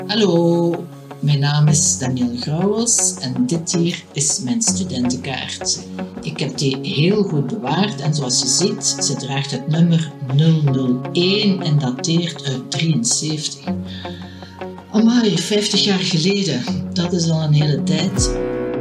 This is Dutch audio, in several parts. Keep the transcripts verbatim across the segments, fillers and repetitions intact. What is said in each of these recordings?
Hallo, mijn naam is Danielle Grauwels en dit hier is mijn studentenkaart. Ik heb die heel goed bewaard en zoals je ziet, ze draagt het nummer nul nul één en dateert uit drieënzeventig. Amai, vijftig jaar geleden, dat is al een hele tijd.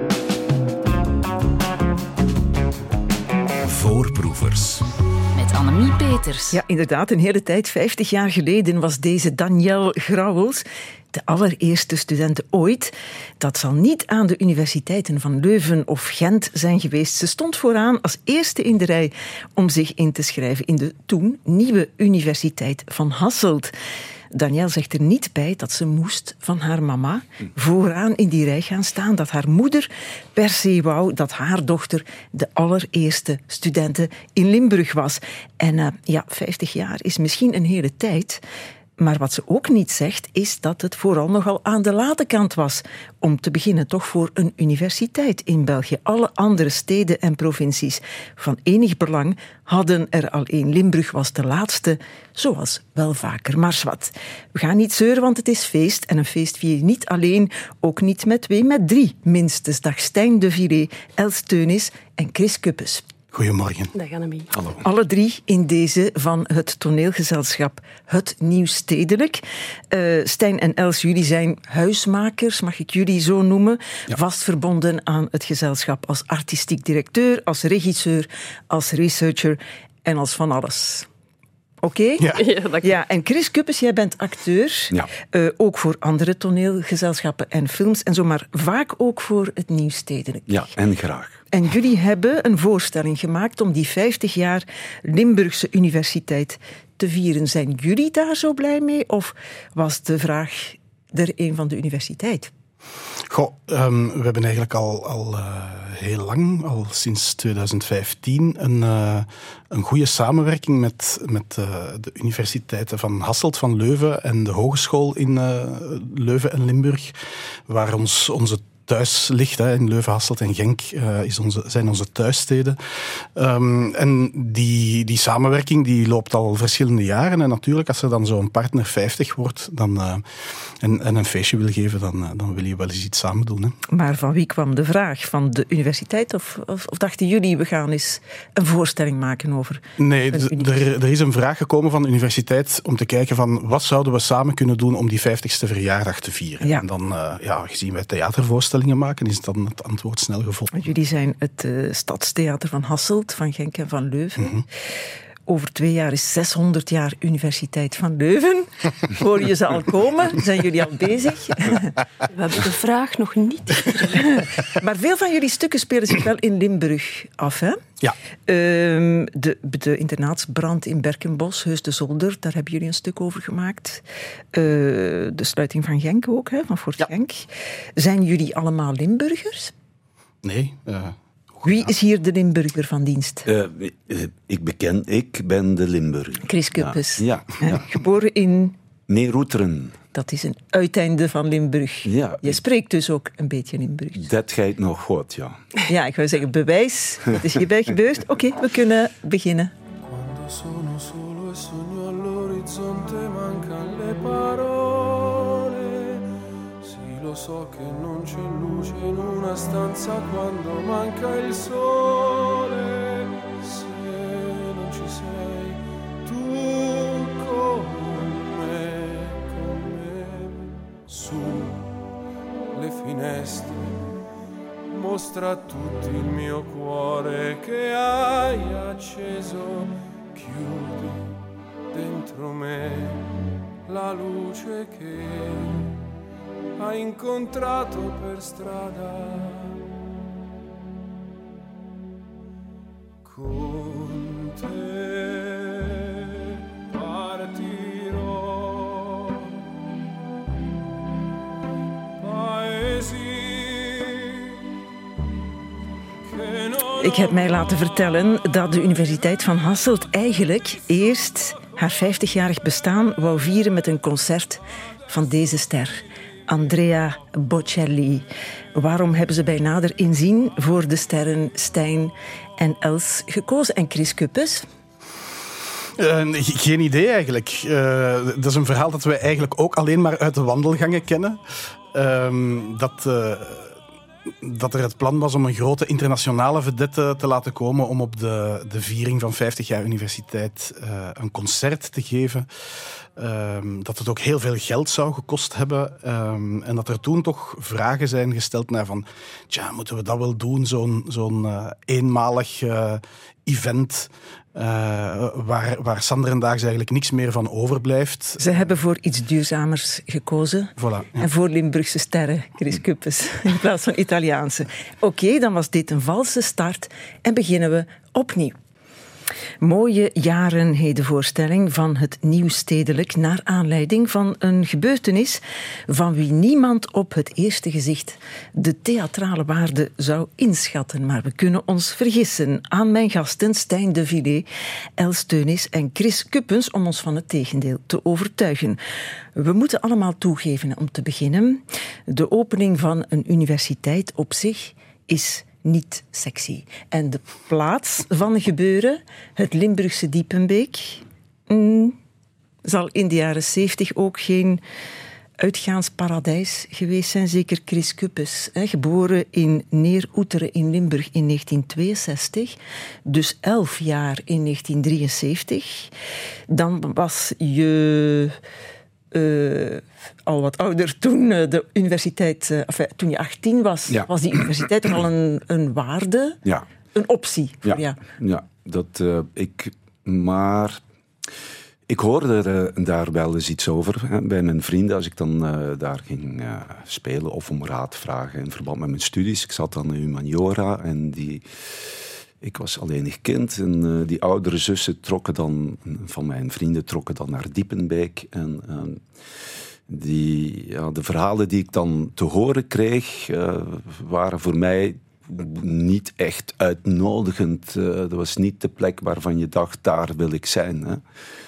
Voorproevers. Met Annemie Peters. Ja, inderdaad, een hele tijd, vijftig jaar geleden, was deze Danielle Grauwels de allereerste studenten ooit. Dat zal niet aan de universiteiten van Leuven of Gent zijn geweest. Ze stond vooraan als eerste in de rij om zich in te schrijven in de toen nieuwe Universiteit van Hasselt. Danielle zegt er niet bij dat ze moest van haar mama vooraan in die rij gaan staan. Dat haar moeder per se wou dat haar dochter de allereerste studente in Limburg was. En uh, ja, vijftig jaar is misschien een hele tijd. Maar wat ze ook niet zegt, is dat het vooral nogal aan de late kant was. Om te beginnen toch voor een universiteit in België. Alle andere steden en provincies van enig belang hadden er al één. Limburg was de laatste, zoals wel vaker. Maar zwart, we gaan niet zeuren, want het is feest. En een feest vier je niet alleen, ook niet met twee, met drie minstens. Dag Stijn de Viré, Els Teunis en Chris Kuppes. Goedemorgen. Dag Annemie. Hallo. Alle drie in deze van het toneelgezelschap Het Nieuw Stedelijk. Uh, Stijn en Els, jullie zijn huismakers, mag ik jullie zo noemen. Ja. Vast verbonden aan het gezelschap als artistiek directeur, als regisseur, als researcher en als van alles. Oké? Okay? Ja. Ja, ja, en Chris Kuppes, jij bent acteur. Ja. Uh, ook voor andere toneelgezelschappen en films. En zomaar vaak ook voor Het Nieuw Stedelijk. Ja, en graag. En jullie hebben een voorstelling gemaakt om die vijftig jaar Limburgse Universiteit te vieren. Zijn jullie daar zo blij mee? Of was de vraag er een van de universiteit? Goh, um, we hebben eigenlijk al, al uh, heel lang, al sinds twintig vijftien, een, uh, een goede samenwerking met, met uh, de universiteiten van Hasselt, van Leuven en de hogeschool in uh, Leuven en Limburg, waar ons, onze thuis ligt. Hè. In Leuven, Hasselt en Genk uh, is onze, zijn onze thuissteden. Um, en die, die samenwerking die loopt al verschillende jaren. En natuurlijk, als er dan zo'n partner vijftig wordt dan, uh, en, en een feestje wil geven, dan, uh, dan wil je wel eens iets samen doen. Hè. Maar van wie kwam de vraag? Van de universiteit? Of, of, of dachten jullie, we gaan eens een voorstelling maken over... Nee, d- er, er is een vraag gekomen van de universiteit om te kijken van wat zouden we samen kunnen doen om die vijftigste verjaardag te vieren. Ja. En dan, uh, ja, gezien wij theatervoorstellingen maken, is dan het antwoord snel gevonden. Jullie zijn het uh, Stadstheater van Hasselt, van Genk en van Leuven. Mm-hmm. Over twee jaar is zeshonderd jaar Universiteit van Leuven. Hoor je ze al komen? Zijn jullie al bezig? We hebben de vraag nog niet. Maar veel van jullie stukken spelen zich wel in Limburg af, hè? Ja. Um, de, de internaatsbrand in Berkenbos, Heus de Zolder, daar hebben jullie een stuk over gemaakt. Uh, de sluiting van Genk ook, hè, van Fort ja. Genk. Zijn jullie allemaal Limburgers? Nee. Uh, Wie is hier de Limburger van dienst? Uh, ik beken, ik ben de Limburger. Chris Kuppes. Ja. Ja, ja. Geboren in... Neeroeteren. Dat is een uiteinde van Limburg. Ja. Je spreekt dus ook een beetje Limburgs. Dat gaat nog goed, ja. Ja, ik wou zeggen, bewijs. Wat is hierbij gebeurd? Oké, okay, we kunnen beginnen. Quando sono solo e sogno all'orizzonte mancan le parole. Sì, lo so che non c'è luce in una stanza quando manca il sole. Se non ci sei tu con me, con me, su le finestre. Mostra a tutti il mio cuore che hai acceso. Chiudi dentro me la luce che hai incontrato per strada. Con te partirò. Paesi. Ik heb mij laten vertellen dat de Universiteit van Hasselt eigenlijk eerst haar vijftigjarig bestaan wou vieren met een concert van deze ster, Andrea Bocelli. Waarom hebben ze bij nader inzien voor de sterren Stijn en Els gekozen? En Chris Kuppes? Uh, geen idee eigenlijk. Uh, dat is een verhaal dat wij eigenlijk ook alleen maar uit de wandelgangen kennen. Uh, dat... Uh, dat er het plan was om een grote internationale vedette te laten komen om op de, de viering van vijftig jaar universiteit uh, een concert te geven. Um, dat het ook heel veel geld zou gekost hebben. Um, en dat er toen toch vragen zijn gesteld naar van... Tja, moeten we dat wel doen? Zo'n, zo'n uh, eenmalig uh, event... Uh, waar, waar Sanderendaags eigenlijk niks meer van overblijft. Ze hebben voor iets duurzamers gekozen. Voilà, ja. En voor Limburgse sterren, Chris Kuppens, in plaats van Italiaanse. Oké, okay, dan was dit een valse start en beginnen we opnieuw. Mooie jaren heet de voorstelling van het Nieuwstedelijk naar aanleiding van een gebeurtenis van wie niemand op het eerste gezicht de theatrale waarde zou inschatten. Maar we kunnen ons vergissen. Aan mijn gasten Stijn de Villiers, Els Teunis en Chris Kuppens om ons van het tegendeel te overtuigen. We moeten allemaal toegeven om te beginnen. De opening van een universiteit op zich is niet sexy. En de plaats van gebeuren, het Limburgse Diepenbeek, mm, zal in de jaren zeventig ook geen uitgaansparadijs geweest zijn. Zeker Chris Kuppens, hè, geboren in Neer-Oeteren in Limburg in negentien tweeënzestig, dus elf jaar in negentien drieënzeventig. Dan was je... Uh, al wat ouder toen uh, de universiteit, uh, enfin, toen je achttien was, ja. was die universiteit toch al een, een waarde, ja. een optie voor ja. jou? Ja, dat uh, ik, maar ik hoorde er uh, daar wel eens iets over hè, bij mijn vrienden als ik dan uh, daar ging uh, spelen of om raad vragen in verband met mijn studies. Ik zat dan in humaniora en die... Ik was alleenig kind en uh, die oudere zussen trokken dan, van mijn vrienden trokken dan naar Diepenbeek. En uh, die, ja, de verhalen die ik dan te horen kreeg, uh, waren voor mij niet echt uitnodigend. Uh, dat was niet de plek waarvan je dacht, daar wil ik zijn. Hè.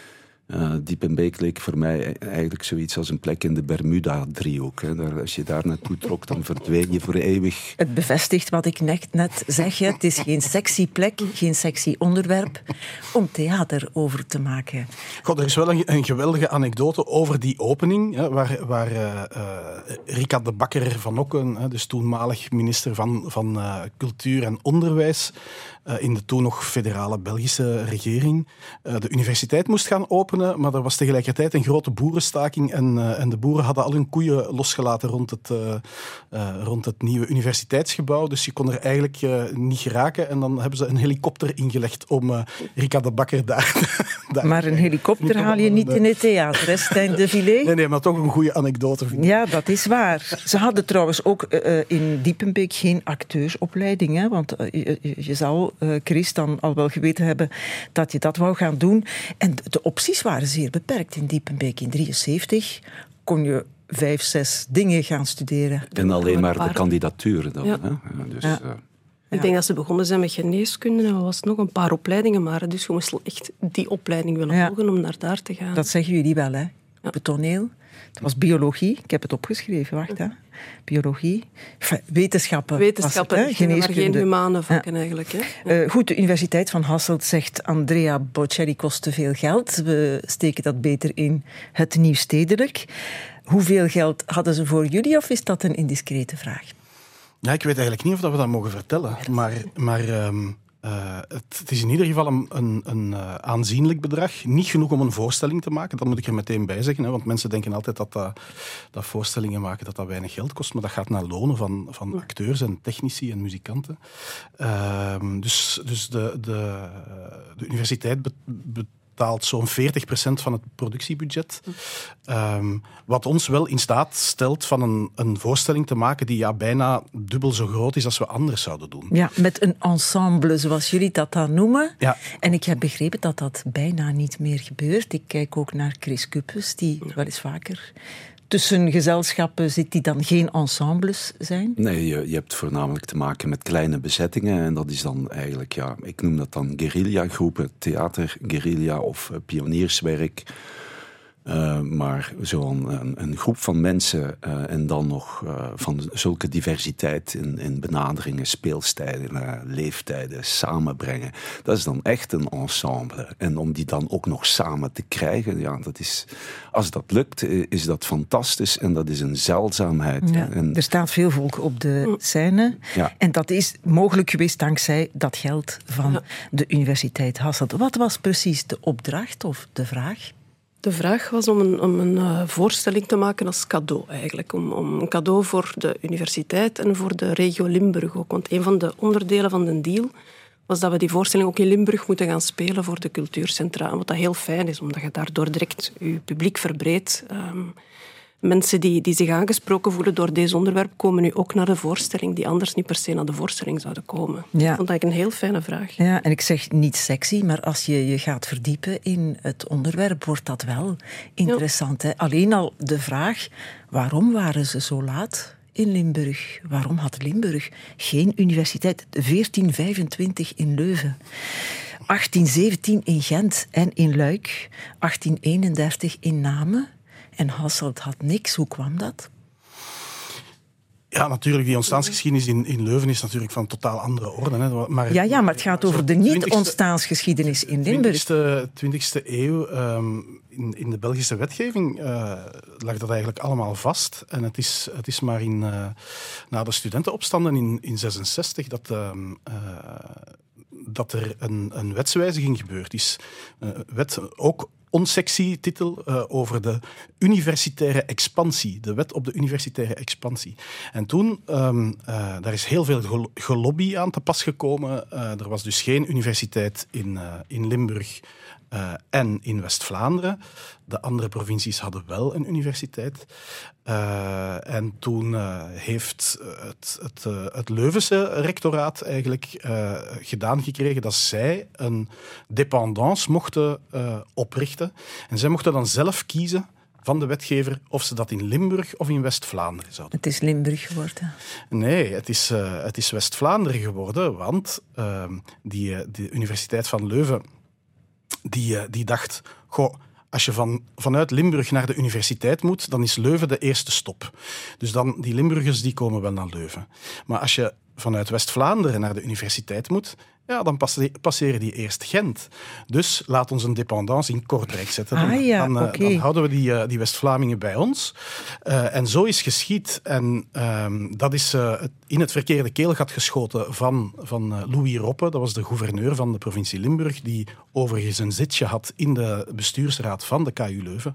Uh, Diepenbeek leek voor mij eigenlijk zoiets als een plek in de Bermuda-driehoek. Hè. Daar, als je daar naartoe trok, dan verdween je voor eeuwig. Het bevestigt wat ik net, net zeg. Hè. Het is geen sexy plek, geen sexy onderwerp om theater over te maken. God, er is wel een, een geweldige anekdote over die opening, hè, waar, waar uh, uh, Rika de Bakker van Okken, hè, dus toenmalig minister van, van uh, Cultuur en Onderwijs, uh, in de toen nog federale Belgische regering, uh, de universiteit moest gaan openen, maar er was tegelijkertijd een grote boerenstaking en, uh, en de boeren hadden al hun koeien losgelaten rond het, uh, uh, rond het nieuwe universiteitsgebouw, dus je kon er eigenlijk uh, niet geraken en dan hebben ze een helikopter ingelegd om uh, Rika de Bakker daar... daar maar een helikopter haal je niet in het theater, hè, Stijn de Villiers? Nee, nee, maar toch een goede anekdote. Vind ik. Ja, dat is waar. Ze hadden trouwens ook uh, in Diepenbeek geen acteursopleiding, hè, want uh, je, je zal, uh, Chris, dan al wel geweten hebben dat je dat wou gaan doen. En de opties waren zeer beperkt in Diepenbeek. In drieënzeventig kon je vijf, zes dingen gaan studeren. En alleen maar de kandidatuur dan. Ja. Hè? Ja, dus, Ja. uh, Ik Ja. denk dat ze begonnen zijn met geneeskunde en er was nog een paar opleidingen, maar dus je moest echt die opleiding willen Ja. volgen om naar daar te gaan. Dat zeggen jullie wel, hè? Op het toneel. Dat was biologie. Ik heb het opgeschreven, wacht, hè. Biologie. Enfin, wetenschappen. Wetenschappen, was het, hè? maar geen Geneeskunde. humane vakken eigenlijk. Hè? Ja. Uh, goed, de Universiteit van Hasselt zegt Andrea Bocelli kost te veel geld. We steken dat beter in het Nieuwstedelijk. Hoeveel geld hadden ze voor jullie of is dat een indiscrete vraag? Ja, ik weet eigenlijk niet of dat we dat mogen vertellen, maar, maar um, uh, het, het is in ieder geval een, een, een uh, aanzienlijk bedrag. Niet genoeg om een voorstelling te maken, dat moet ik er meteen bij zeggen, hè, want mensen denken altijd dat, dat, dat voorstellingen maken dat dat weinig geld kost, maar dat gaat naar lonen van, van acteurs en technici en muzikanten. Uh, dus dus de, de, de universiteit be, be, betaalt zo'n veertig procent van het productiebudget. Um, wat ons wel in staat stelt van een, een voorstelling te maken die ja, bijna dubbel zo groot is als we anders zouden doen. Ja, met een ensemble, zoals jullie dat dan noemen. Ja. En ik heb begrepen dat dat bijna niet meer gebeurt. Ik kijk ook naar Chris Kuppens, die wel eens vaker... Tussen gezelschappen zit die dan geen ensembles zijn? Nee, je, je hebt voornamelijk te maken met kleine bezettingen. En dat is dan eigenlijk, ja, ik noem dat dan guerrilla-groepen, theater, guerrilla of uh, pionierswerk. Uh, maar zo'n een, een groep van mensen uh, en dan nog uh, van zulke diversiteit in, in benaderingen, speelstijlen, uh, leeftijden samenbrengen. Dat is dan echt een ensemble. En om die dan ook nog samen te krijgen, ja, dat is, als dat lukt, is dat fantastisch en dat is een zeldzaamheid. Ja, en, er staat veel volk op de scène. Ja. En dat is mogelijk geweest dankzij dat geld van ja. de Universiteit Hasselt. Wat was precies de opdracht of de vraag? De vraag was om een, om een uh, voorstelling te maken als cadeau eigenlijk. Om, om een cadeau voor de universiteit en voor de regio Limburg ook. Want een van de onderdelen van de deal was dat we die voorstelling ook in Limburg moeten gaan spelen voor de cultuurcentra. En wat dat heel fijn is, omdat je daardoor direct je publiek verbreedt. Um, mensen die, die zich aangesproken voelen door deze onderwerp komen nu ook naar de voorstelling, die anders niet per se naar de voorstelling zouden komen. Ja. Ik vond dat een heel fijne vraag. Ja, en ik zeg niet sexy, maar als je je gaat verdiepen in het onderwerp, wordt dat wel interessant. Ja. Hè? Alleen al de vraag, waarom waren ze zo laat in Limburg? Waarom had Limburg geen universiteit? veertien vijfentwintig in Leuven. achttien zeventien in Gent en in Luik. achttien eenendertig in Namen. En Hasselt had niks. Hoe kwam dat? Ja, natuurlijk, die ontstaansgeschiedenis in, in Leuven is natuurlijk van totaal andere orde. Hè. Maar, ja, ja, maar het gaat over de niet-ontstaansgeschiedenis in Limburg. De twintigste eeuw, um, in, in de Belgische wetgeving, uh, lag dat eigenlijk allemaal vast. En het is, het is maar in, uh, na de studentenopstanden in, in zesenzestig dat... Um, uh, dat er een, een wetswijziging gebeurd is. Uh, wet ook onsexy titel uh, over de universitaire expansie. De wet op de universitaire expansie. En toen, um, uh, daar is heel veel gelobby aan te pas gekomen. Uh, er was dus geen universiteit in, uh, in Limburg uh, en in West-Vlaanderen. De andere provincies hadden wel een universiteit. Uh, en toen uh, heeft het, het, uh, het Leuvense rectoraat eigenlijk uh, gedaan gekregen dat zij een dépendance mochten uh, oprichten. En zij mochten dan zelf kiezen van de wetgever of ze dat in Limburg of in West-Vlaanderen zouden. Het is Limburg geworden. Nee, het is, uh, het is West-Vlaanderen geworden, want uh, die, de Universiteit van Leuven die, uh, die dacht... Goh, als je van, vanuit Limburg naar de universiteit moet, dan is Leuven de eerste stop. Dus dan, die Limburgers die komen wel naar Leuven. Maar als je vanuit West-Vlaanderen naar de universiteit moet, ja, dan passeren die eerst Gent. Dus laat ons een dépendance in Kortrijk zetten. Dan, ah, ja, dan, uh, okay. dan houden we die, uh, die West-Vlamingen bij ons. Uh, en zo is geschied. En um, dat is uh, in het verkeerde keelgat geschoten van, van uh, Louis Roppe. Dat was de gouverneur van de provincie Limburg, die overigens een zitje had in de bestuursraad van de K U Leuven.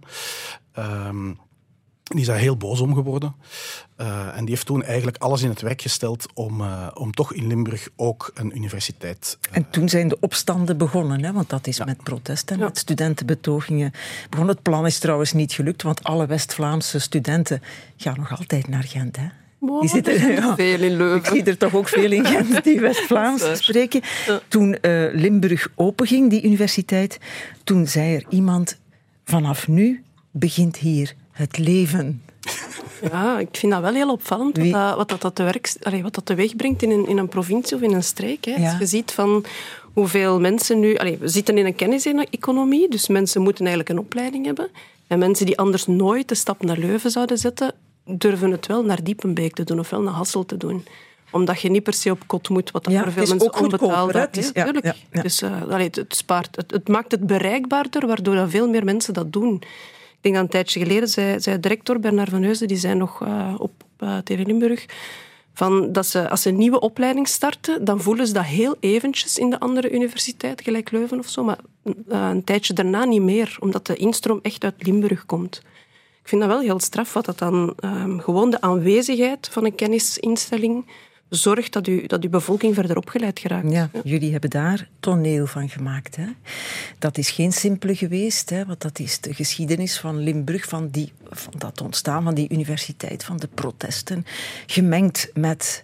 Um, Die is daar heel boos om geworden. Uh, en die heeft toen eigenlijk alles in het werk gesteld om, uh, om toch in Limburg ook een universiteit... Uh, en toen zijn de opstanden begonnen, hè? Want dat is ja. met protest en ja. met studentenbetogingen begonnen. Het plan is trouwens niet gelukt, want alle West-Vlaamse studenten gaan nog altijd naar Gent, hè? Wow, die zitten ja, veel in Leuven. Ik zie er toch ook veel in Gent die West-Vlaams spreken. Ja. Toen uh, Limburg openging, die universiteit, toen zei er iemand, vanaf nu begint hier het leven. Ja, ik vind dat wel heel opvallend, wat dat, wat dat, dat, de, werk, allee, wat dat teweeg brengt in een, in een provincie of in een streek. Hè. Ja. Als je ziet van hoeveel mensen nu... Allee, we zitten in een kenniseconomie, dus mensen moeten eigenlijk een opleiding hebben. En mensen die anders nooit de stap naar Leuven zouden zetten, durven het wel naar Diepenbeek te doen, ofwel naar Hasselt te doen. Omdat je niet per se op kot moet, wat dat ja, voor veel mensen onbetaalbaar is. Ja, ja, ja. Dus uh, allee, het, spaart, het, het maakt het bereikbaarder, waardoor dat veel meer mensen dat doen. Ik denk dat een tijdje geleden zei, zei de rector Bernard Van Heusden, die zei nog uh, op uh, T V Limburg, van dat ze, als ze een nieuwe opleiding starten, dan voelen ze dat heel eventjes in de andere universiteit, gelijk Leuven of zo, maar uh, een tijdje daarna niet meer, omdat de instroom echt uit Limburg komt. Ik vind dat wel heel straf, wat dat dan um, gewoon de aanwezigheid van een kennisinstelling zorgt dat, u, dat uw bevolking verder opgeleid geraakt. Ja, ja. Jullie hebben daar toneel van gemaakt. Hè? Dat is geen simpele geweest, hè? Want dat is de geschiedenis van Limburg, van, die, van dat ontstaan van die universiteit, van de protesten, gemengd met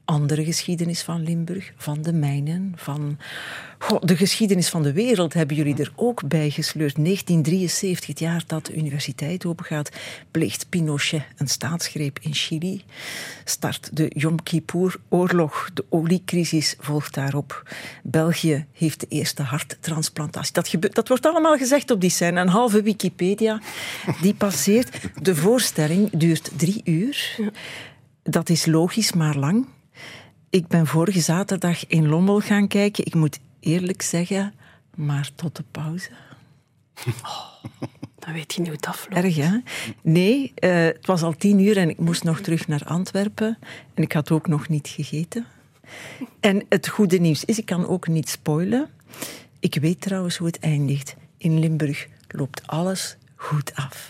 andere geschiedenis van Limburg, van de mijnen, van goh, de geschiedenis van de wereld hebben jullie er ook bij gesleurd. negentien drieënzeventig, het jaar dat de universiteit opengaat, pleegt Pinochet een staatsgreep in Chili. Start de Yom Kippur-oorlog, de oliecrisis volgt daarop. België heeft de eerste harttransplantatie. Dat, gebeurt, dat wordt allemaal gezegd op die scène. Een halve Wikipedia die passeert. De voorstelling duurt drie uur. Dat is logisch, maar lang. Ik ben vorige zaterdag in Lommel gaan kijken. Ik moet eerlijk zeggen, maar tot de pauze. Oh, dan weet je niet hoe het afloopt. Erg, hè? Nee, uh, het was al tien uur en ik moest nog terug naar Antwerpen. En ik had ook nog niet gegeten. En het goede nieuws is, ik kan ook niet spoilen. Ik weet trouwens hoe het eindigt. In Limburg loopt alles goed af.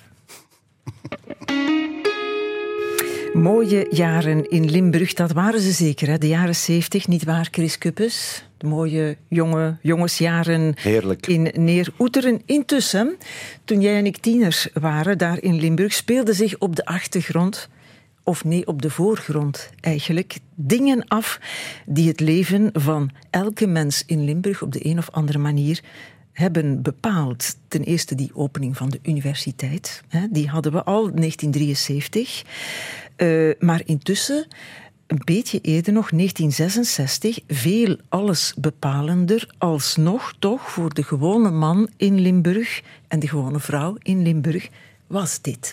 Mooie jaren in Limburg, dat waren ze zeker, hè? De jaren zeventig, niet waar, Chris Kuppes? De mooie jonge jongensjaren Heerlijk. In Neer-Oeteren. Intussen, toen jij en ik tieners waren, daar in Limburg, speelden zich op de achtergrond, of nee, op de voorgrond eigenlijk, dingen af die het leven van elke mens in Limburg op de een of andere manier hebben bepaald. Ten eerste die opening van de universiteit. Hè, die hadden we al, negentien drieënzeventig. Uh, maar intussen, een beetje eerder nog, negentien zesenzestig, veel alles bepalender, alsnog toch voor de gewone man in Limburg en de gewone vrouw in Limburg, was dit.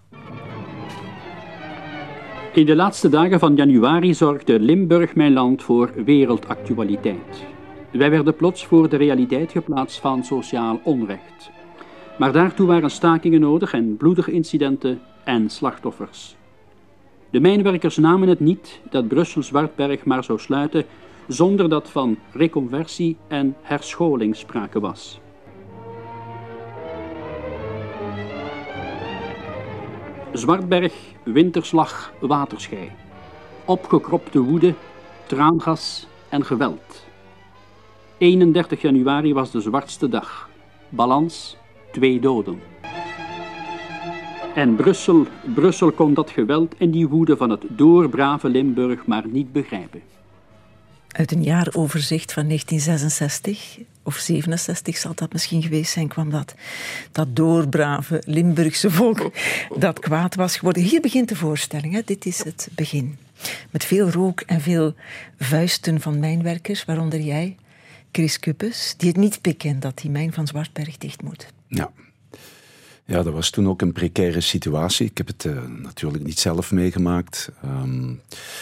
In de laatste dagen van januari zorgde Limburg mijn land voor wereldactualiteit. Wij werden plots voor de realiteit geplaatst van sociaal onrecht. Maar daartoe waren stakingen nodig en bloedige incidenten en slachtoffers. De mijnwerkers namen het niet dat Brussel-Zwartberg maar zou sluiten zonder dat van reconversie en herscholing sprake was. Zwartberg, winterslag, waterschei. Opgekropte woede, traangas en geweld. eenendertig januari was de zwartste dag. Balans, twee doden. En Brussel, Brussel kon dat geweld en die woede van het doorbrave Limburg maar niet begrijpen. Uit een jaaroverzicht van negentien zesenzestig, of zevenenzestig zal dat misschien geweest zijn, kwam dat, dat doorbrave Limburgse volk dat kwaad was geworden. Hier begint de voorstelling, hè. Dit is het begin. Met veel rook en veel vuisten van mijnwerkers, waaronder jij, Chris Kuppes, die het niet pikken dat die mijn van Zwartberg dicht moet. Ja. Ja, dat was toen ook een precaire situatie. Ik heb het uh, natuurlijk niet zelf meegemaakt. Um,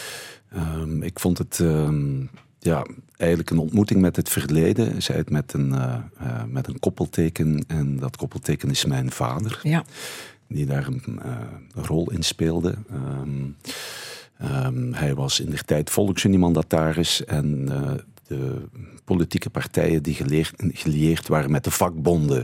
um, ik vond het um, ja, eigenlijk een ontmoeting met het verleden. Zij het met een, uh, uh, met een koppelteken. En dat koppelteken is mijn vader. Ja. Die daar een, uh, een rol in speelde. Um, um, hij was in der tijd volksunie-mandataris en uh, de politieke partijen die geleerd, gelieerd waren met de vakbonden,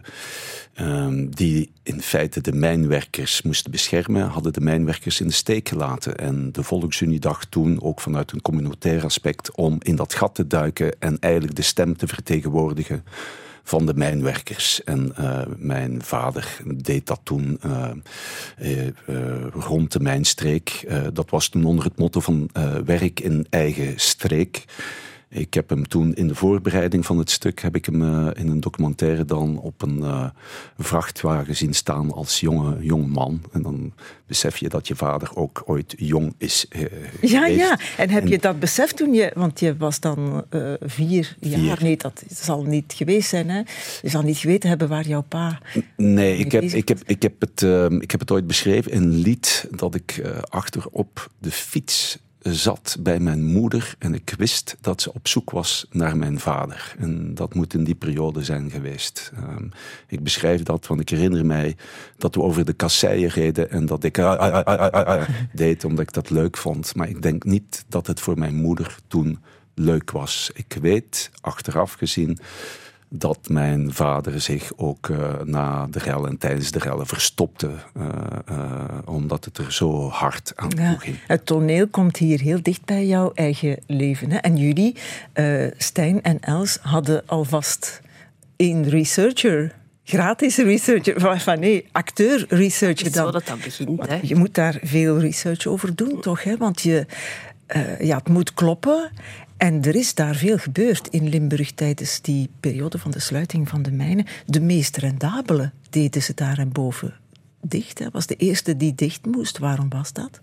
um, die in feite de mijnwerkers moesten beschermen, hadden de mijnwerkers in de steek gelaten. En de Volksunie dacht toen, ook vanuit een communautair aspect, om in dat gat te duiken en eigenlijk de stem te vertegenwoordigen van de mijnwerkers. En uh, mijn vader deed dat toen uh, uh, uh, rond de mijnstreek. Uh, dat was toen onder het motto van uh, werk in eigen streek. Ik heb hem toen in de voorbereiding van het stuk, heb ik hem uh, in een documentaire dan op een uh, vrachtwagen zien staan als jonge, jong man. En dan besef je dat je vader ook ooit jong is uh, Ja, geweest. ja. En heb en, je dat beseft toen je, want je was dan uh, vier jaar, vier. Nee, dat zal niet geweest zijn, hè? Je zal niet geweten hebben waar jouw pa... Nee, ik heb, ik, heb, ik, heb het, uh, ik heb het ooit beschreven in een lied dat ik uh, achterop de fiets zat bij mijn moeder en ik wist dat ze op zoek was naar mijn vader. En dat moet in die periode zijn geweest. Um, ik beschrijf dat, want ik herinner mij dat we over de kasseien reden en dat ik uh, uh, uh, uh, uh, deed omdat ik dat leuk vond. Maar ik denk niet dat het voor mijn moeder toen leuk was. Ik weet, achteraf gezien, dat mijn vader zich ook uh, na de rel en tijdens de rellen verstopte. Uh, uh, omdat het er zo hard aan toe ging. Ja, het toneel komt hier heel dicht bij jouw eigen leven. Hè? En jullie, uh, Stijn en Els, hadden alvast een researcher... Gratis researcher, van nee, acteur-researcher dan. Zo dat dat begint, hè? Je moet daar veel research over doen, toch? Hè? Want je... uh, ja, het moet kloppen. En er is daar veel gebeurd in Limburg tijdens die periode van de sluiting van de mijnen. De meest rendabele deden ze daar en boven dicht. Dat was de eerste die dicht moest. Waarom was dat?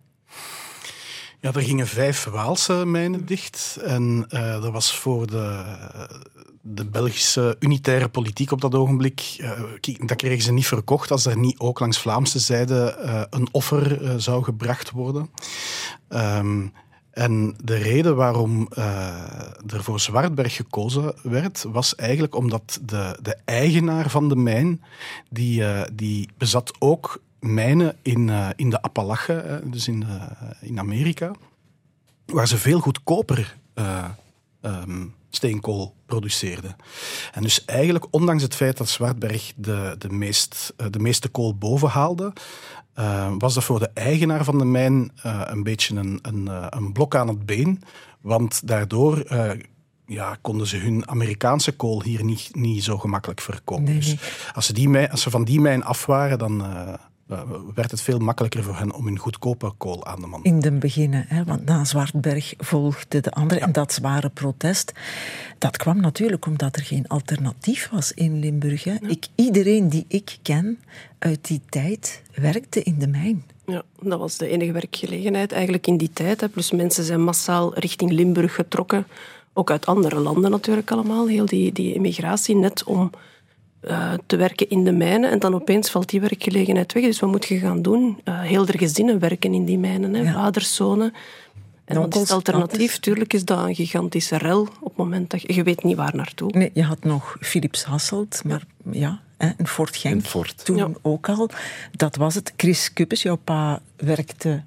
Ja, er gingen vijf Waalse mijnen dicht. En uh, dat was voor de, de Belgische unitaire politiek op dat ogenblik. Uh, dat kregen ze niet verkocht als er niet ook langs Vlaamse zijde uh, een offer uh, zou gebracht worden. Um, En de reden waarom uh, er voor Zwartberg gekozen werd, was eigenlijk omdat de, de eigenaar van de mijn, die, uh, die bezat ook mijnen in, uh, in de Appalachen, uh, dus in, uh, in Amerika, waar ze veel goedkoper uh, um, steenkool produceerden. En dus eigenlijk, ondanks het feit dat Zwartberg de, de, meest, uh, de meeste kool boven haalde, Uh, was dat voor de eigenaar van de mijn uh, een beetje een, een, uh, een blok aan het been. Want daardoor uh, ja, konden ze hun Amerikaanse kool hier niet, niet zo gemakkelijk verkopen. Nee, nee. Dus als ze, die mijn, als ze van die mijn af waren, dan uh, uh, werd het veel makkelijker voor hen om hun goedkope kool aan de man te In den beginnen, hè, want na Zwartberg volgde de andere. Ja. En dat zware protest, dat kwam natuurlijk omdat er geen alternatief was in Limburg. Hè. Ja. Ik, iedereen die ik ken uit die tijd werkte in de mijn. Ja, dat was de enige werkgelegenheid eigenlijk in die tijd. Hè. Plus mensen zijn massaal richting Limburg getrokken. Ook uit andere landen natuurlijk allemaal. Heel die, die immigratie net om uh, te werken in de mijnen. En dan opeens valt die werkgelegenheid weg. Dus wat moet je gaan doen? Uh, heel de gezinnen werken in die mijnen. Hè. Ja. Vaderszonen. En wat is het alternatief? Tuurlijk is dat een gigantische rel op het moment dat je... Je weet niet waar naartoe. Nee, je had nog Philips Hasselt, maar ja... Een Fort Genk, een Fort. Toen ja. ook al. Dat was het. Chris Kuppes, jouw pa, werkte...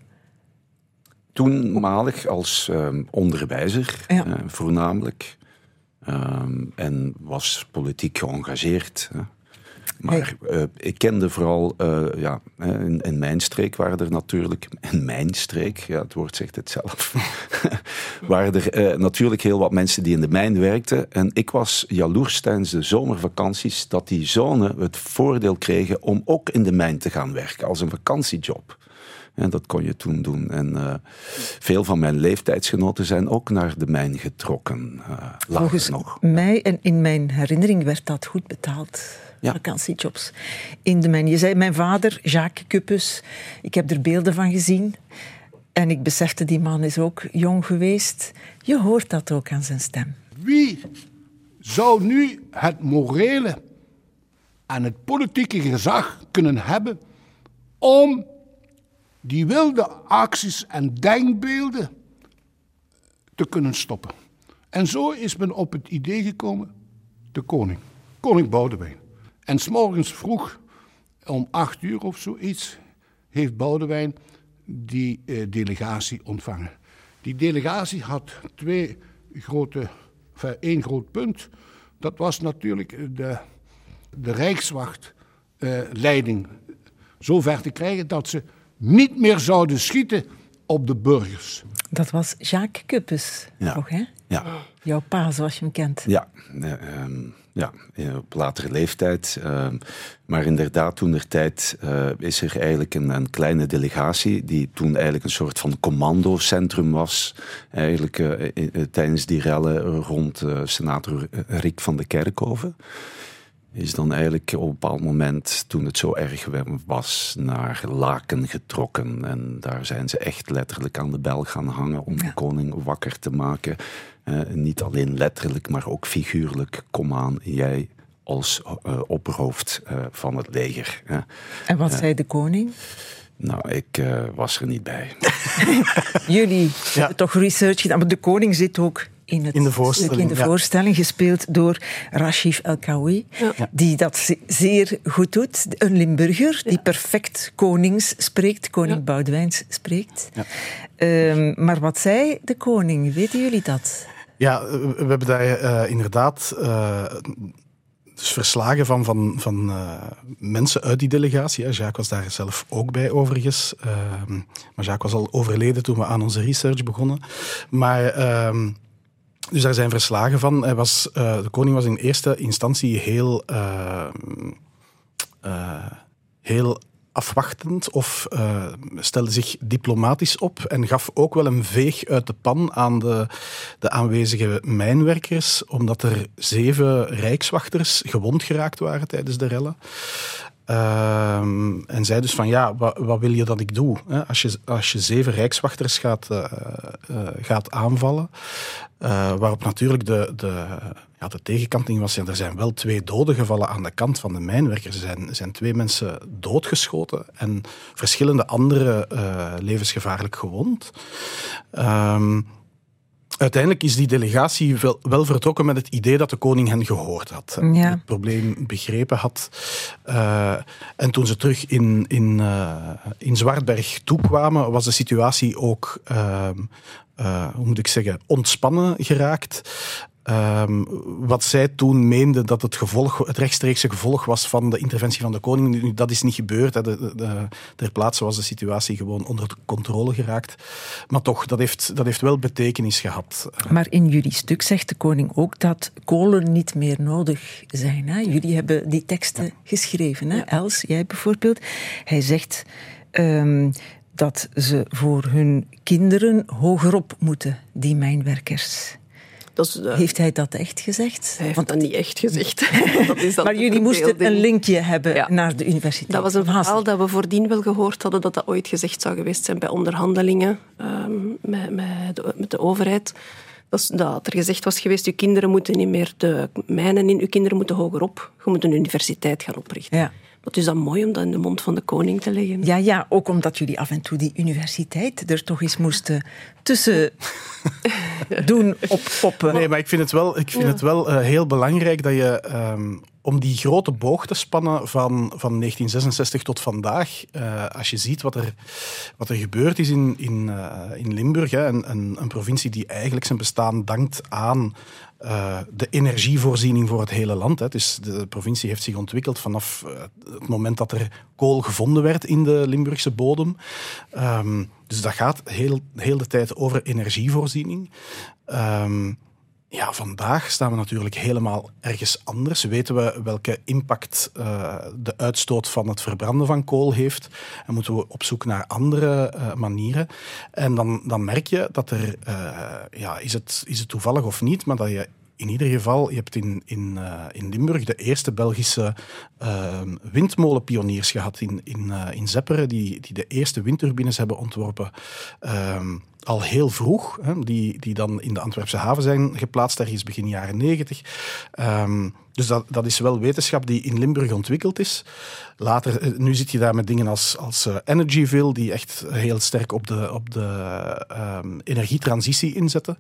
Toenmalig als um, onderwijzer, ja. uh, voornamelijk. Um, en was politiek geëngageerd. Uh. Maar hey. uh, ik kende vooral, uh, ja, in, in mijn streek waren er natuurlijk, in mijn streek, ja, het woord zegt het zelf, waren er uh, natuurlijk heel wat mensen die in de mijn werkten. En ik was jaloers tijdens de zomervakanties dat die zonen het voordeel kregen om ook in de mijn te gaan werken, als een vakantiejob. En dat kon je toen doen. En uh, veel van mijn leeftijdsgenoten zijn ook naar de mijn getrokken. Uh, Volgens nog. mij, en in mijn herinnering, werd dat goed betaald. Ja. Vakantiejobs in de mijn. Je zei, mijn vader, Jacques Kuppes, ik heb er beelden van gezien. En ik besefte, die man is ook jong geweest. Je hoort dat ook aan zijn stem. Wie zou nu het morele en het politieke gezag kunnen hebben om die wilde acties en denkbeelden te kunnen stoppen? En zo is men op het idee gekomen, de koning, koning Boudewijn. En 's morgens vroeg, om acht uur of zoiets, heeft Boudewijn die eh, delegatie ontvangen. Die delegatie had twee grote, enfin, één groot punt. Dat was natuurlijk de, de Rijkswachtleiding uh, zo ver te krijgen dat ze niet meer zouden schieten op de burgers. Dat was Jacques Kuppes, ja. toch, hè? Ja. Jouw pa, zoals je hem kent. Ja, uh, um, ja op latere leeftijd. Uh, maar inderdaad, toen der tijd uh, is er eigenlijk een, een kleine delegatie die toen eigenlijk een soort van commandocentrum was. Eigenlijk uh, uh, tijdens die rellen rond uh, senator Rick van de Kerkhoven. Is dan eigenlijk op een bepaald moment, toen het zo erg was, naar Laken getrokken. En daar zijn ze echt letterlijk aan de bel gaan hangen om ja. de koning wakker te maken. Uh, niet alleen letterlijk, maar ook figuurlijk. Kom aan, jij als uh, opperhoofd uh, van het leger. Uh, en wat uh, zei de koning? Nou, ik uh, was er niet bij. Jullie ja. hebben toch research gedaan, maar de koning zit ook in, het in de voorstelling, in de ja. voorstelling gespeeld door Rachif El-Kaoui, ja. die dat ze- zeer goed doet. Een Limburger, die ja. perfect konings spreekt, koning ja. Boudewijns spreekt. Ja. Um, maar wat zei de koning? Weten jullie dat? Ja, we hebben daar uh, inderdaad uh, dus verslagen van, van, van uh, mensen uit die delegatie. Hè. Jacques was daar zelf ook bij, overigens. Uh, maar Jacques was al overleden toen we aan onze research begonnen. Maar... Uh, Dus daar zijn verslagen van. Hij was, uh, de koning was in eerste instantie heel, uh, uh, heel afwachtend of uh, stelde zich diplomatisch op en gaf ook wel een veeg uit de pan aan de, de aanwezige mijnwerkers, omdat er zeven rijkswachters gewond geraakt waren tijdens de rellen. Uh, en zei dus van, ja, wat, wat wil je dat ik doe? Hè? Als je, als je zeven rijkswachters gaat, uh, uh, gaat aanvallen, uh, waarop natuurlijk de, de, ja, de tegenkanting was, ja, er zijn wel twee doden gevallen aan de kant van de mijnwerkers. Er zijn, er zijn twee mensen doodgeschoten en verschillende andere uh, levensgevaarlijk gewond. Uh, Uiteindelijk is die delegatie wel, wel vertrokken met het idee dat de koning hen gehoord had. Ja. Het probleem begrepen had. Uh, en toen ze terug in, in, uh, in Zwartberg toekwamen, was de situatie ook, uh, uh, hoe moet ik zeggen, ontspannen geraakt. Um, wat zij toen meende dat het, gevolg, het rechtstreekse gevolg was van de interventie van de koning. Nu, dat is niet gebeurd. Hè. De, de, de, ter plaatse was de situatie gewoon onder controle geraakt. Maar toch, dat heeft, dat heeft wel betekenis gehad. Maar in jullie stuk zegt de koning ook dat kolen niet meer nodig zijn. Hè? Jullie hebben die teksten ja. geschreven. Hè? Ja. Els, jij bijvoorbeeld. Hij zegt um, dat ze voor hun kinderen hogerop moeten, die mijnwerkers. Dus, uh, heeft hij dat echt gezegd? Hij heeft Want dat niet echt gezegd. dat is dat maar jullie moesten een linkje hebben ja. naar de universiteit. Dat was een verhaal dat we voordien wel gehoord hadden, dat dat ooit gezegd zou geweest zijn bij onderhandelingen um, met, met, de, met de overheid. Dat, dat er gezegd was geweest, uw kinderen moeten niet meer de mijnen in, uw kinderen moeten hogerop. Je moet een universiteit gaan oprichten. Ja. Wat is dan mooi om dat in de mond van de koning te leggen? Ja, ja, ook omdat jullie af en toe die universiteit er toch eens moesten tussen doen op poppen. Nee, maar ik vind het wel, ik vind ja. het wel uh, heel belangrijk dat je, um, om die grote boog te spannen van, van negentien zesenzestig tot vandaag, uh, als je ziet wat er, wat er gebeurd is in, in, uh, in Limburg, hè, een, een, een provincie die eigenlijk zijn bestaan dankt aan Uh, de energievoorziening voor het hele land. Hè. Dus de provincie heeft zich ontwikkeld vanaf uh, het moment dat er kool gevonden werd in de Limburgse bodem. Um, dus dat gaat heel, heel de tijd over energievoorziening. Um, ja, vandaag staan we natuurlijk helemaal ergens anders. Weten we welke impact uh, de uitstoot van het verbranden van kool heeft. En moeten we op zoek naar andere uh, manieren. En dan, dan merk je dat er, uh, ja, is het, is het toevallig of niet, maar dat je in ieder geval, je hebt in, in, uh, in Limburg de eerste Belgische uh, windmolenpioniers gehad in, in, uh, in Zepperen, die, die de eerste windturbines hebben ontworpen. Um, al heel vroeg, hè, die, die dan in de Antwerpse haven zijn geplaatst, ergens begin jaren negentig. Um, dus dat, dat is wel wetenschap die in Limburg ontwikkeld is. Later, nu zit je daar met dingen als, als uh, Energyville, die echt heel sterk op de, op de um, energietransitie inzetten.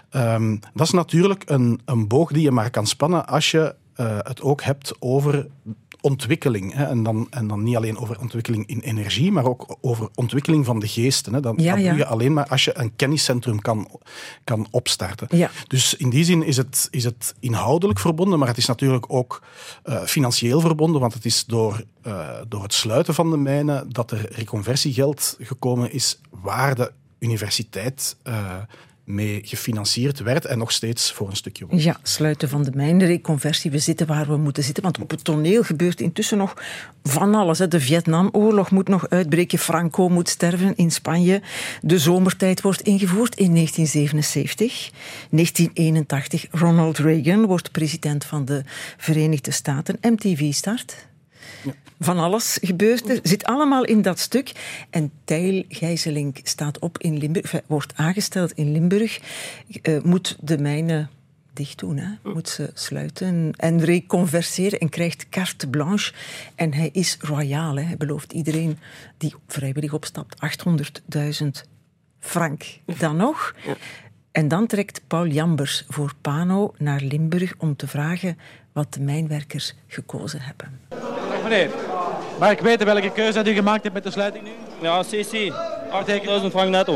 Um, dat is natuurlijk een, een boog die je maar kan spannen als je uh, het ook hebt over ontwikkeling. Hè. En, dan, en dan niet alleen over ontwikkeling in energie, maar ook over ontwikkeling van de geesten. Hè. Dat, ja, dat ja. doe je alleen maar als je een kenniscentrum kan, kan opstarten. Ja. Dus in die zin is het, is het inhoudelijk verbonden, maar het is natuurlijk ook uh, financieel verbonden, want het is door, uh, door het sluiten van de mijnen dat er reconversiegeld gekomen is waar de universiteit uh, mee gefinancierd werd en nog steeds voor een stukje wordt. Ja, sluiten van de mijn, de reconversie. We zitten waar we moeten zitten, want op het toneel gebeurt intussen nog van alles. Hè. De Vietnamoorlog moet nog uitbreken, Franco moet sterven in Spanje. De zomertijd wordt ingevoerd in negentien zevenenzeventig. negentien eenentachtig, Ronald Reagan wordt president van de Verenigde Staten. M T V start. Ja. Van alles gebeurt er, zit allemaal in dat stuk. En Tijl Gijzelink staat op in Limburg, wordt aangesteld in Limburg, uh, moet de mijnen dicht doen, hè? Moet ze sluiten en reconverseren en krijgt carte blanche. En hij is royaal, hè? Hij belooft iedereen die vrijwillig opstapt achthonderdduizend frank. Dan nog. En dan trekt Paul Jambers voor Pano naar Limburg om te vragen wat de mijnwerkers gekozen hebben. Meneer, mag ik weten welke keuze u gemaakt hebt met de sluiting nu? Ja, C C. achthonderdduizend frank netto.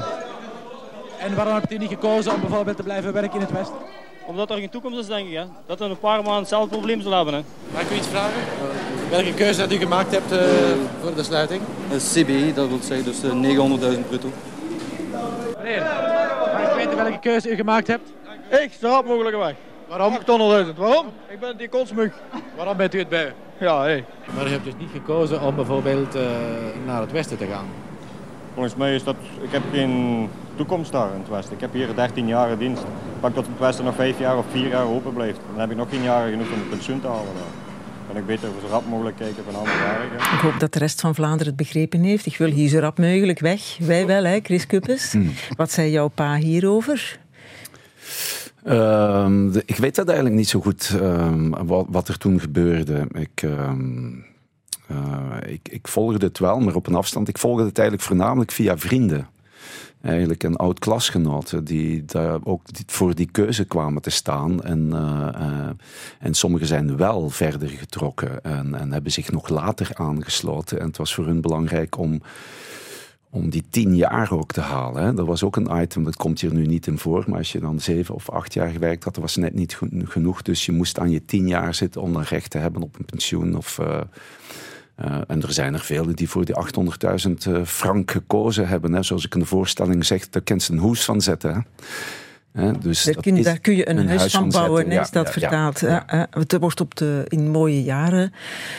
En waarom hebt u niet gekozen om bijvoorbeeld te blijven werken in het Westen? Omdat er geen toekomst is, denk ik. Hè. Dat we een paar maanden hetzelfde probleem zullen hebben. Hè. Mag ik u iets vragen? Welke keuze dat u gemaakt hebt uh, voor de sluiting? C B I, dat wil zeggen dus uh, negenhonderdduizend bruto. Meneer, mag ik weten welke keuze u gemaakt hebt? Ik, zo hard mogelijk weg. Waarom? achthonderdduizend. Waarom? Ik ben die kotsmug. Waarom bent u het bij? Ja, hé. Hey. Maar u hebt dus niet gekozen om bijvoorbeeld uh, naar het westen te gaan? Volgens mij is dat... Ik heb geen toekomst daar in het westen. Ik heb hier dertien jaar in dienst. Pak dat het westen nog vijf jaar of vier jaar open blijft. Dan heb ik nog geen jaren genoeg om het pensioen te halen daar. Dan kan ik beter zo rap mogelijk kijken van andere jaren. Ik hoop dat de rest van Vlaanderen het begrepen heeft. Ik wil hier zo rap mogelijk weg. Wij wel, hè, Chris Kuppens. Hmm. Wat zei jouw pa hierover? Uh, de, ik weet dat eigenlijk niet zo goed, uh, wat, wat er toen gebeurde. Ik, uh, uh, ik, ik volgde het wel, maar op een afstand. Ik volgde het eigenlijk voornamelijk via vrienden. Eigenlijk een oud-klasgenoten die daar ook voor die keuze kwamen te staan. En, uh, uh, en sommigen zijn wel verder getrokken en, en hebben zich nog later aangesloten. En het was voor hun belangrijk om... om die tien jaar ook te halen. Hè. Dat was ook een item, dat komt hier nu niet in voor, maar als je dan zeven of acht jaar gewerkt had, dat was net niet genoeg. Dus je moest aan je tien jaar zitten om dan recht te hebben op een pensioen. Of, uh, uh, en er zijn er velen die voor die achthonderdduizend uh, frank gekozen hebben. Hè. Zoals ik in de voorstelling zeg, daar kan ze een hoes van zetten. Hè. Hè, dus daar, kun, daar kun je een, een huis, huis van bouwen, hè, ja, is dat ja, vertaald. Ja, ja. Het wordt op de, in mooie jaren...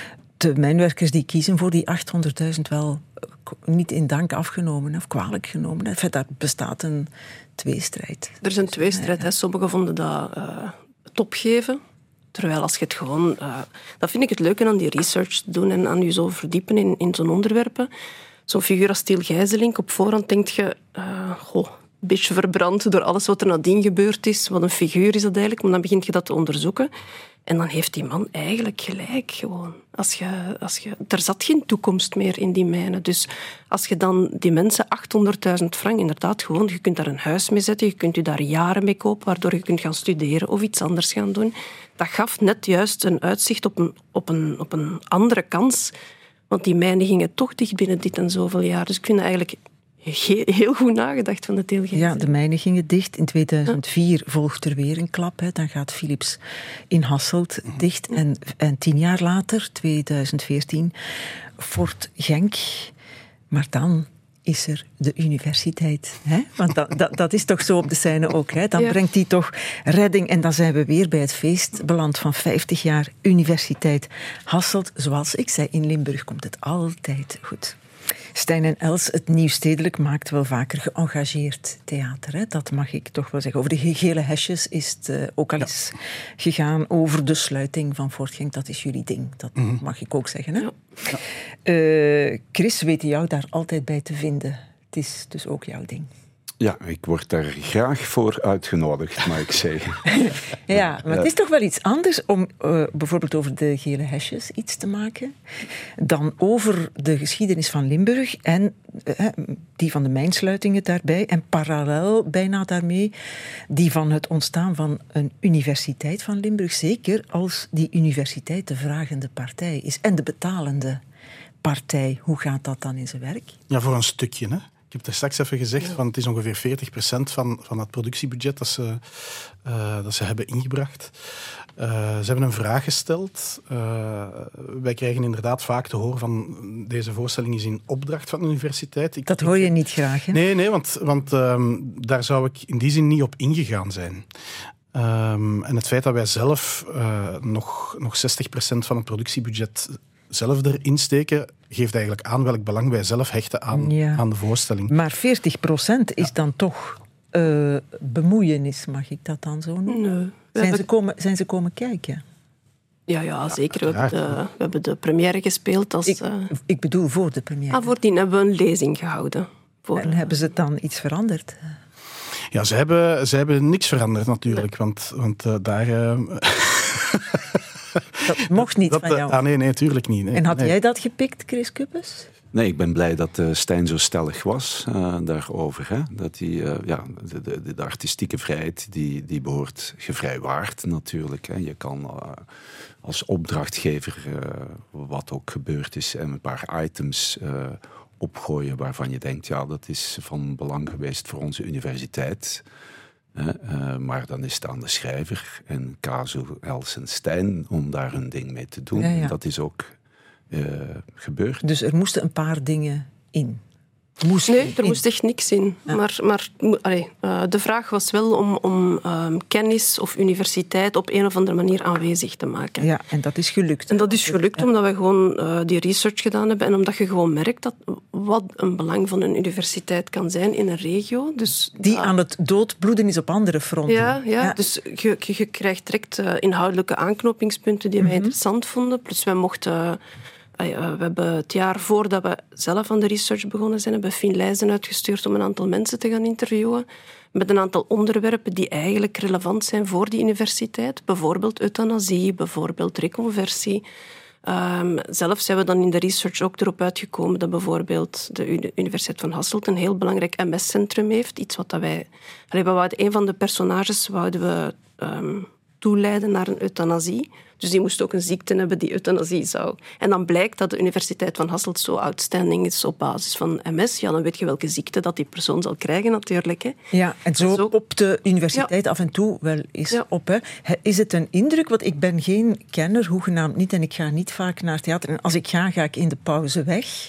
De mijnwerkers die kiezen voor die achthonderdduizend wel niet in dank afgenomen of kwalijk genomen. Enfin, daar bestaat een tweestrijd. Er is een tweestrijd. Ja. Sommigen vonden dat uh, het opgeven. Terwijl als je het gewoon... Uh, dat vind ik het leuke aan die research te doen en aan je zo verdiepen in, in zo'n onderwerpen. Zo'n figuur als Tiel Gijzelink, op voorhand denk je... Uh, goh, een beetje verbrand door alles wat er nadien gebeurd is. Wat een figuur is dat eigenlijk. Maar dan begint je dat te onderzoeken. En dan heeft die man eigenlijk gelijk gewoon. Als je, als je, er zat geen toekomst meer in die mijnen. Dus als je dan die mensen achthonderdduizend frank, inderdaad gewoon, je kunt daar een huis mee zetten, je kunt je daar jaren mee kopen, waardoor je kunt gaan studeren of iets anders gaan doen. Dat gaf net juist een uitzicht op een, op een, op een andere kans. Want die mijnen gingen toch dicht binnen dit en zoveel jaar. Dus ik vind het eigenlijk... heel goed nagedacht van de Tiel Gijzelink. Ja, de mijnen gingen dicht. In tweeduizend vier ja. volgt er weer een klap. Hè. Dan gaat Philips in Hasselt dicht. En, en tien jaar later, tweeduizend veertien, Fort Genk. Maar dan is er de universiteit. Hè? Want dat, dat, dat is toch zo op de scène ook. Hè? Dan ja. brengt die toch redding. En dan zijn we weer bij het feest beland van vijftig jaar Universiteit Hasselt. Zoals ik zei, in Limburg komt het altijd goed. Stijn en Els, het Nieuwstedelijk maakt wel vaker geëngageerd theater. Hè? Dat mag ik toch wel zeggen. Over de gele hesjes is het uh, ook al eens ja. gegaan. Over de sluiting van Fort Genk, dat is jullie ding. Dat mm-hmm. mag ik ook zeggen. Hè? Ja. Ja. Uh, Chris, weet je jou daar altijd bij te vinden? Het is dus ook jouw ding. Ja, ik word daar graag voor uitgenodigd, mag ik zeggen. Ja, maar het is toch wel iets anders om uh, bijvoorbeeld over de gele hesjes iets te maken dan over de geschiedenis van Limburg en uh, die van de mijnsluitingen daarbij en parallel bijna daarmee die van het ontstaan van een universiteit van Limburg. Zeker als die universiteit de vragende partij is en de betalende partij. Hoe gaat dat dan in zijn werk? Ja, voor een stukje, hè. Ik heb het er straks even gezegd, ja. van het is ongeveer veertig procent van, van het productiebudget dat ze, uh, dat ze hebben ingebracht. Uh, ze hebben een vraag gesteld. Uh, wij krijgen inderdaad vaak te horen van deze voorstelling is in opdracht van de universiteit. Ik, dat hoor je niet graag, hè? Nee, nee, want, want um, daar zou ik in die zin niet op ingegaan zijn. Um, en het feit dat wij zelf uh, nog, nog zestig procent van het productiebudget zelf erin steken, geeft eigenlijk aan welk belang wij zelf hechten aan, ja. aan de voorstelling. Maar veertig procent is ja. dan toch uh, bemoeienis, mag ik dat dan zo noemen? Nee. Zijn, hebben... ze komen, zijn ze komen kijken? Ja, ja, zeker. We hebben, de, we hebben de première gespeeld. Als, ik, uh... ik bedoel voor de première. Ah, voordien hebben we een lezing gehouden. Voor, en hebben ze dan iets veranderd? Ja, ze hebben, ze hebben niks veranderd natuurlijk, nee. want, want uh, daar... Uh... Dat mocht niet dat, van jou. Ah, nee, nee, tuurlijk niet. Nee. En had nee. jij dat gepikt, Chris Kuppens? Nee, ik ben blij dat uh, Stijn zo stellig was uh, daarover. Hè? Dat die, uh, ja, de, de, de artistieke vrijheid, die, die behoort gevrijwaard natuurlijk. Hè? Je kan uh, als opdrachtgever, uh, wat ook gebeurd is, en een paar items uh, opgooien waarvan je denkt, ja, dat is van belang geweest voor onze universiteit. Uh, uh, maar dan is het aan de schrijver en Casu, Els en Stijn om daar hun ding mee te doen. Ja, ja. Dat is ook uh, gebeurd. Dus er moesten een paar dingen in. moest Nee, er in. moest echt niks in. Ja. Maar, maar allee, uh, de vraag was wel om, om um, kennis of universiteit op een of andere manier aanwezig te maken. Ja, en dat is gelukt. En dat is gelukt ja. omdat we gewoon uh, die research gedaan hebben en omdat je gewoon merkt dat wat een belang van een universiteit kan zijn in een regio. Dus die uh, aan het doodbloeden is op andere fronten. Ja, ja, ja. dus je, je, je krijgt direct uh, inhoudelijke aanknopingspunten die mm-hmm. wij interessant vonden. Plus wij mochten... Uh, We hebben het jaar voordat we zelf aan de research begonnen zijn, hebben Fien Leijzen uitgestuurd om een aantal mensen te gaan interviewen met een aantal onderwerpen die eigenlijk relevant zijn voor die universiteit. Bijvoorbeeld euthanasie, bijvoorbeeld reconversie. Um, zelf zijn we dan in de research ook erop uitgekomen dat bijvoorbeeld de Universiteit van Hasselt een heel belangrijk M S-centrum heeft. Iets wat dat wij... Allee, we wouden, een van de personages wouden we um, toeleiden naar een euthanasie. Dus die moest ook een ziekte hebben die euthanasie zou. En dan blijkt dat de Universiteit van Hasselt zo outstanding is op basis van M S. Ja, dan weet je welke ziekte dat die persoon zal krijgen natuurlijk. Hè. Ja, en zo, en zo op de universiteit ja. af en toe wel eens ja. op. Hè. Is het een indruk? Want ik ben geen kenner, hoegenaamd niet, en ik ga niet vaak naar theater. En als ik ga, ga ik in de pauze weg.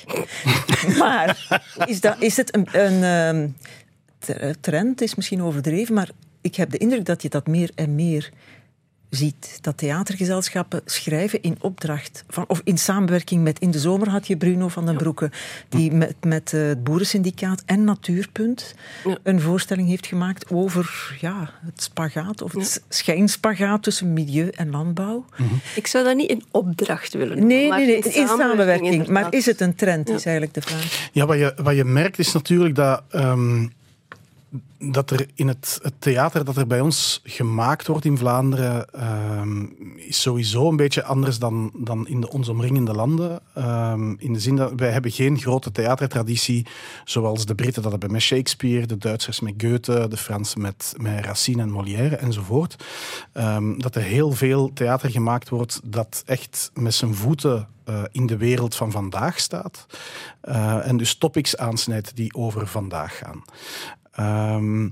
Maar is, dat, is het een, een um, trend? Is misschien overdreven, maar ik heb de indruk dat je dat meer en meer... ziet dat theatergezelschappen schrijven in opdracht van, of in samenwerking met... In de zomer had je Bruno van den Broeke, die met, met het Boerensyndicaat en Natuurpunt ja. een voorstelling heeft gemaakt over ja, het spagaat, of het ja. schijnspagaat tussen milieu en landbouw. Mm-hmm. Ik zou dat niet in opdracht willen doen. Nee, nee, nee, in, in samenwerking. Maar is het een trend, ja. is eigenlijk de vraag. Ja, wat je, wat je merkt is natuurlijk dat... Um, dat er in het, het theater dat er bij ons gemaakt wordt in Vlaanderen um, is sowieso een beetje anders dan, dan in de ons omringende landen. Um, in de zin dat wij hebben geen grote theatertraditie zoals de Britten dat hebben met Shakespeare, de Duitsers met Goethe, de Fransen met, met Racine en Molière enzovoort. Um, dat er heel veel theater gemaakt wordt dat echt met zijn voeten Uh, in de wereld van vandaag staat. Uh, en dus topics aansnijdt die over vandaag gaan. Um,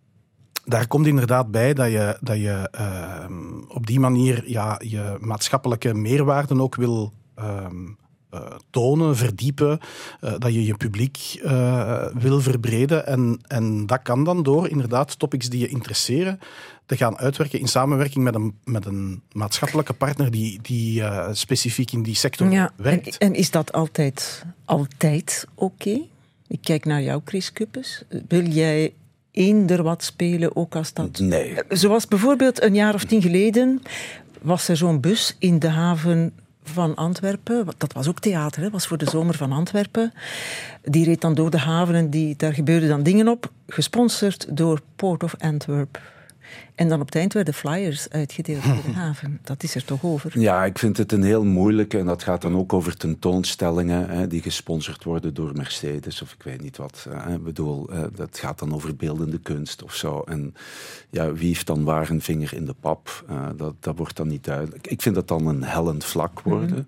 daar komt inderdaad bij dat je, dat je uh, op die manier ja, je maatschappelijke meerwaarden ook wil um, uh, tonen, verdiepen. Uh, dat je je publiek uh, wil verbreden. En, en dat kan dan door inderdaad topics die je interesseren te gaan uitwerken in samenwerking met een, met een maatschappelijke partner die, die uh, specifiek in die sector ja, werkt. En, en is dat altijd, altijd oké? Okay? Ik kijk naar jou, Chris Kuppes. Wil jij eender wat spelen, ook als dat... Nee. Zoals bijvoorbeeld een jaar of tien geleden was er zo'n bus in de haven van Antwerpen. Dat was ook theater, dat was voor de zomer van Antwerpen. Die reed dan door de haven en die, daar gebeurden dan dingen op. Gesponsord door Port of Antwerp. En dan op het eind werden flyers uitgedeeld in de haven. Dat is er toch over? Ja, ik vind het een heel moeilijke. En dat gaat dan ook over tentoonstellingen hè, die gesponsord worden door Mercedes of ik weet niet wat. Hè. Ik bedoel, uh, dat gaat dan over beeldende kunst of zo. En ja, wie heeft dan waar een vinger in de pap? Uh, dat, dat wordt dan niet duidelijk. Ik vind dat dan een hellend vlak worden. Mm-hmm.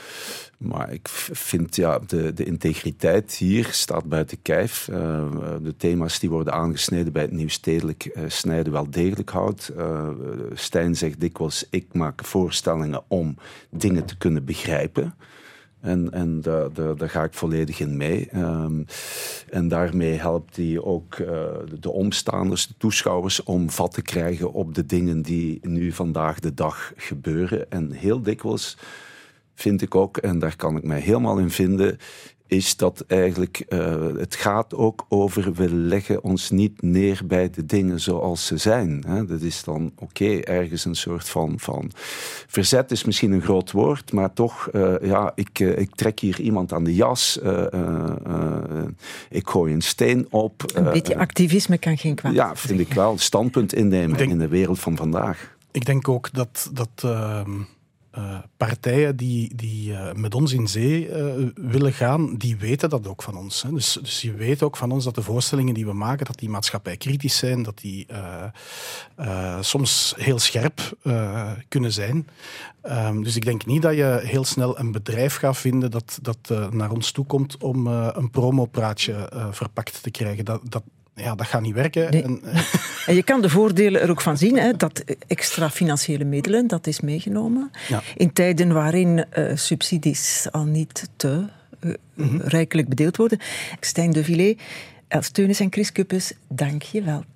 Maar ik vind, ja, de, de integriteit hier staat buiten kijf. Uh, de thema's die worden aangesneden bij het Nieuwstedelijk uh, snijden wel degelijk hout. Uh, Stijn zegt dikwijls, ik maak voorstellingen om dingen te kunnen begrijpen. En, en daar, daar, daar ga ik volledig in mee. Um, en daarmee helpt hij ook uh, de omstaanders, de toeschouwers, om vat te krijgen op de dingen die nu vandaag de dag gebeuren. En heel dikwijls vind ik ook, en daar kan ik mij helemaal in vinden, is dat eigenlijk, uh, het gaat ook over, we leggen ons niet neer bij de dingen zoals ze zijn. Hè. Dat is dan, oké, okay, ergens een soort van, van... Verzet is misschien een groot woord, maar toch, uh, ja, ik, uh, ik trek hier iemand aan de jas, uh, uh, uh, ik gooi een steen op. Een uh, beetje activisme kan geen kwaad. Ja, vind ik wel. Standpunt innemen denk, in de wereld van vandaag. Ik denk ook dat... dat uh... Uh, partijen die, die uh, met ons in zee uh, willen gaan, die weten dat ook van ons. Hè. Dus, dus je weet ook van ons dat de voorstellingen die we maken, dat die maatschappijkritisch zijn, dat die uh, uh, soms heel scherp uh, kunnen zijn. Um, dus ik denk niet dat je heel snel een bedrijf gaat vinden dat, dat uh, naar ons toe komt om uh, een promopraatje uh, verpakt te krijgen. Dat, dat, Ja, dat gaat niet werken. Nee. En, en je kan de voordelen er ook van zien. Hè, dat extra financiële middelen, dat is meegenomen. Ja. In tijden waarin uh, subsidies al niet te uh, mm-hmm. rijkelijk bedeeld worden. Stijn de Villiers, Els Teunis en Chris Kuppes, dank je wel.